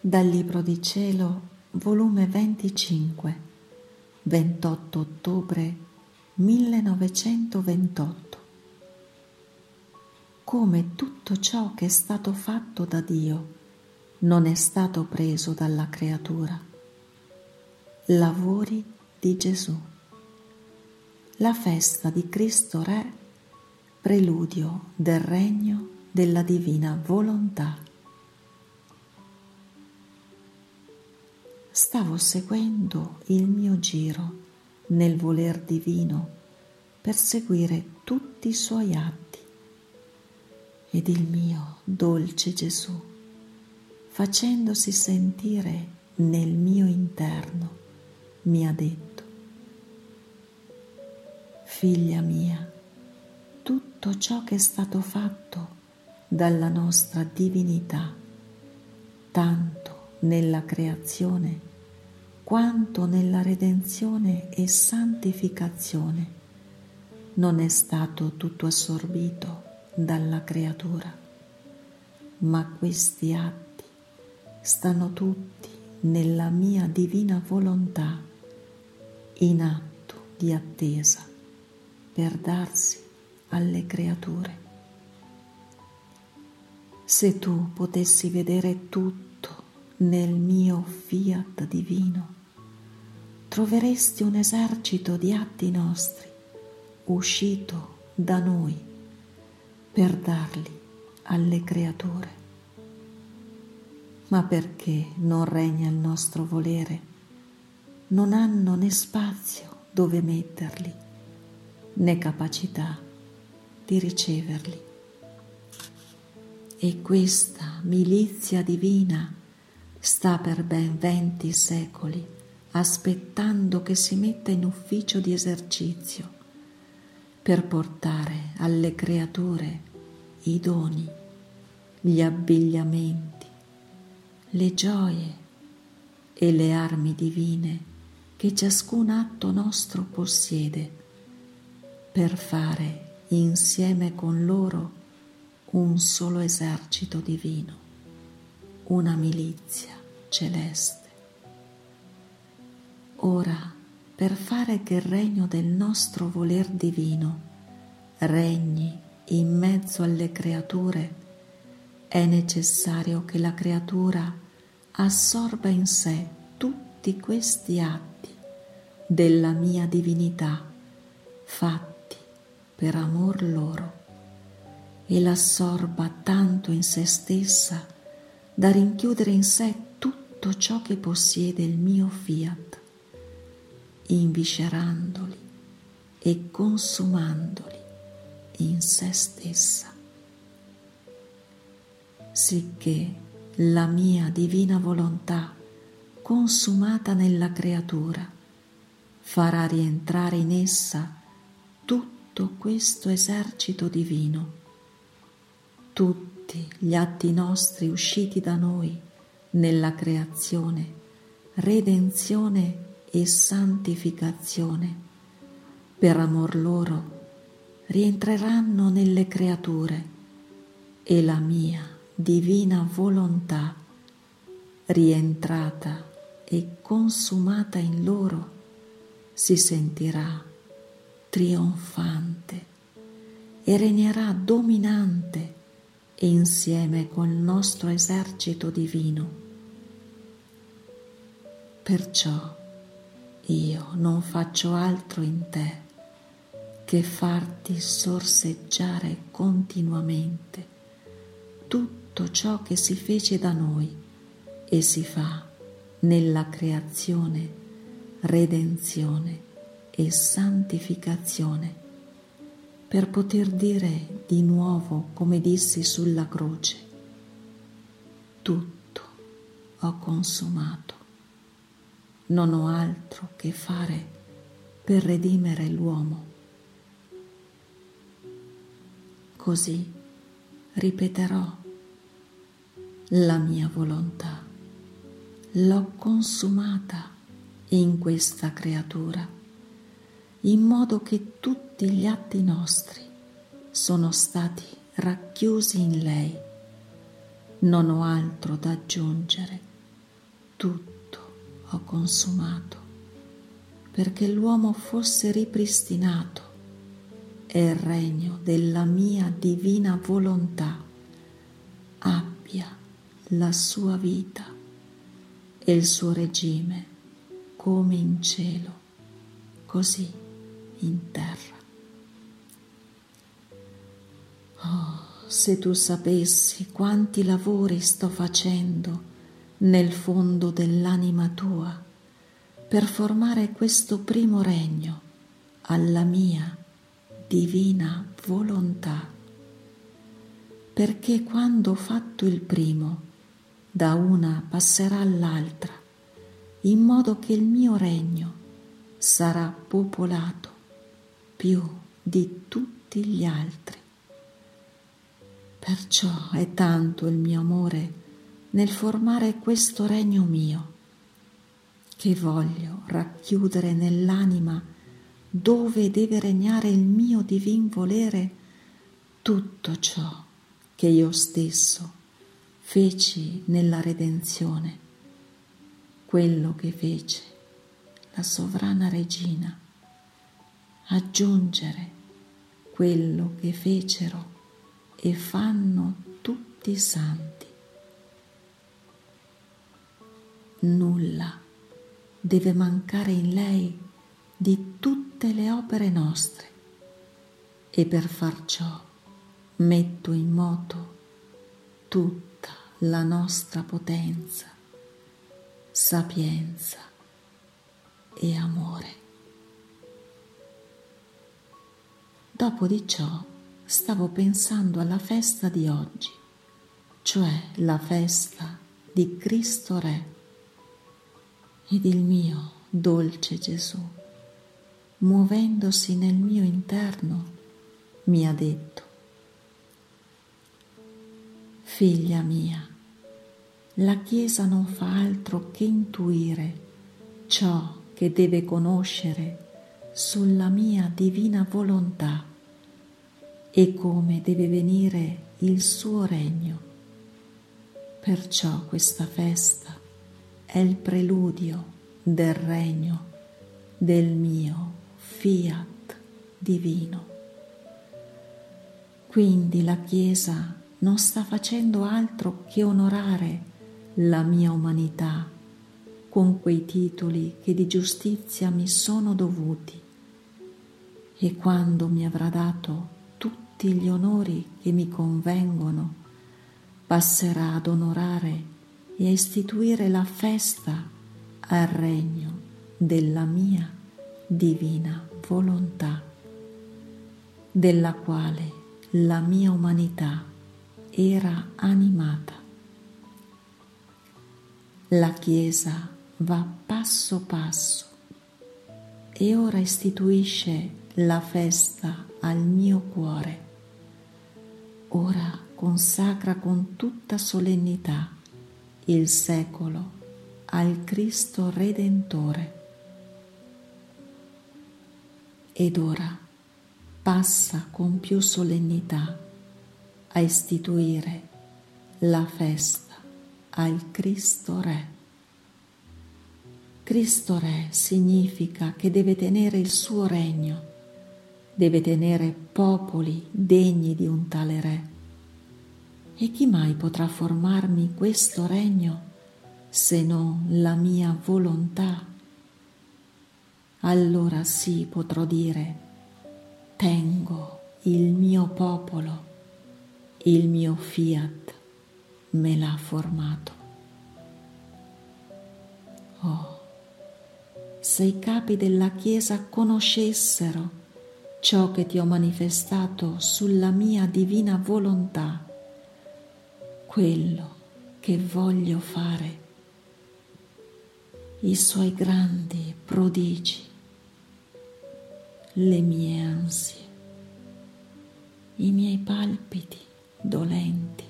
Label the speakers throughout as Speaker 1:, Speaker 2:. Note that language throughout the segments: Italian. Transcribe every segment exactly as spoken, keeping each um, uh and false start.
Speaker 1: Dal Libro di Cielo, volume venticinque, ventotto ottobre millenovecentoventotto. Come tutto ciò che è stato fatto da Dio non è stato preso dalla creatura. Lavori di Gesù. La festa di Cristo Re, preludio del regno della divina volontà. Stavo seguendo il mio giro nel voler divino per seguire tutti i suoi atti, ed il mio dolce Gesù, facendosi sentire nel mio interno, mi ha detto: figlia mia, tutto ciò che è stato fatto dalla nostra divinità, tanto nella creazione quanto nella redenzione e santificazione, non è stato tutto assorbito dalla creatura, ma questi atti stanno tutti nella mia divina volontà, in atto di attesa per darsi alle creature. Se tu potessi vedere tutto nel mio fiat divino, troveresti un esercito di atti nostri uscito da noi per darli alle creature. Ma perché non regna il nostro volere, non hanno né spazio dove metterli, né capacità di riceverli. E questa milizia divina sta per ben venti secoli aspettando che si metta in ufficio di esercizio per portare alle creature i doni, gli abbigliamenti, le gioie e le armi divine che ciascun atto nostro possiede, per fare insieme con loro un solo esercito divino, una milizia celeste. Ora, per fare che il regno del nostro voler divino regni in mezzo alle creature, è necessario che la creatura assorba in sé tutti questi atti della mia divinità, fatti per amor loro, e l'assorba tanto in se stessa da rinchiudere in sé tutto ciò che possiede il mio fiat, inviscerandoli e consumandoli in se stessa, sicché la mia divina volontà, consumata nella creatura, farà rientrare in essa tutto questo esercito divino, tutti gli atti nostri usciti da noi nella creazione, redenzione e santificazione, per amor loro rientreranno nelle creature, e la mia divina volontà, rientrata e consumata in loro, si sentirà trionfante e regnerà dominante insieme col nostro esercito divino. Perciò io non faccio altro in te che farti sorseggiare continuamente tutto ciò che si fece da noi e si fa nella creazione, redenzione e santificazione, per poter dire di nuovo, come dissi sulla croce: tutto ho consumato. Non ho altro che fare per redimere l'uomo. Così ripeterò: la mia volontà l'ho consumata in questa creatura, in modo che tutti gli atti nostri sono stati racchiusi in lei. Non ho altro da aggiungere tutto ho consumato perché l'uomo fosse ripristinato e il regno della mia divina volontà abbia la sua vita e il suo regime come in cielo, così in terra. Oh, se tu sapessi quanti lavori sto facendo nel fondo dell'anima tua per formare questo primo regno alla mia divina volontà, perché quando ho fatto il primo, da una passerà all'altra, in modo che il mio regno sarà popolato più di tutti gli altri. Perciò è tanto il mio amore nel formare questo regno mio, che voglio racchiudere nell'anima dove deve regnare il mio divin volere tutto ciò che io stesso feci nella redenzione, quello che fece la sovrana regina, aggiungere quello che fecero e fanno tutti i santi. Nulla deve mancare in lei di tutte le opere nostre, e per far ciò metto in moto tutta la nostra potenza, sapienza e amore. Dopo di ciò stavo pensando alla festa di oggi, cioè la festa di Cristo Re, ed il mio dolce Gesù, muovendosi nel mio interno, mi ha detto: figlia mia, la Chiesa non fa altro che intuire ciò che deve conoscere sulla mia divina volontà e come deve venire il suo regno. Perciò questa festa è il preludio del regno del mio fiat divino. Quindi la Chiesa non sta facendo altro che onorare la mia umanità con quei titoli che di giustizia mi sono dovuti, e quando mi avrà dato tutti gli onori che mi convengono, passerà ad onorare e a istituire la festa al regno della mia divina volontà, della quale la mia umanità era animata. La Chiesa va passo passo e ora istituisce la festa al mio cuore. Ora consacra con tutta solennità il secolo al Cristo Redentore. Ed ora passa con più solennità a istituire la festa al Cristo Re. Cristo Re significa che deve tenere il suo regno, deve tenere popoli degni di un tale Re. E chi mai potrà formarmi questo regno se non la mia volontà? Allora sì potrò dire: tengo il mio popolo, il mio fiat me l'ha formato. Oh, se i capi della Chiesa conoscessero ciò che ti ho manifestato sulla mia divina volontà, quello che voglio fare, i suoi grandi prodigi, le mie ansie, i miei palpiti dolenti,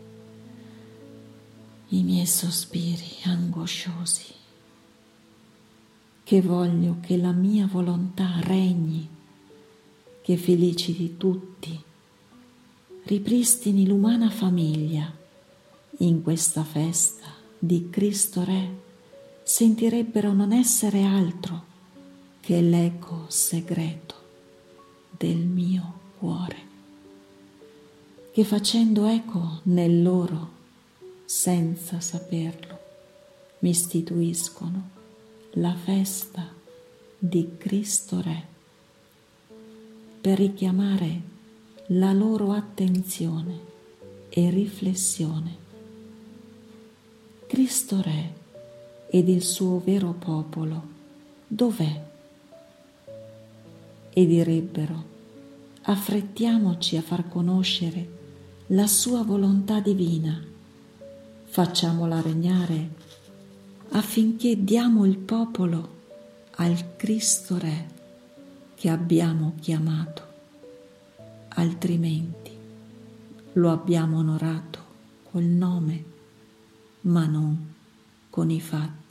Speaker 1: i miei sospiri angosciosi, che voglio che la mia volontà regni, che feliciti tutti, ripristini l'umana famiglia in questa festa di Cristo Re sentirebbero non essere altro che l'eco segreto del mio cuore, che facendo eco nel loro, senza saperlo, mi istituiscono la festa di Cristo Re, per richiamare la loro attenzione e riflessione. Cristo Re ed il suo vero popolo dov'è? E direbbero: affrettiamoci a far conoscere la sua volontà divina, facciamola regnare affinché diamo il popolo al Cristo Re che abbiamo chiamato, altrimenti lo abbiamo onorato col nome, ma non con i fatti.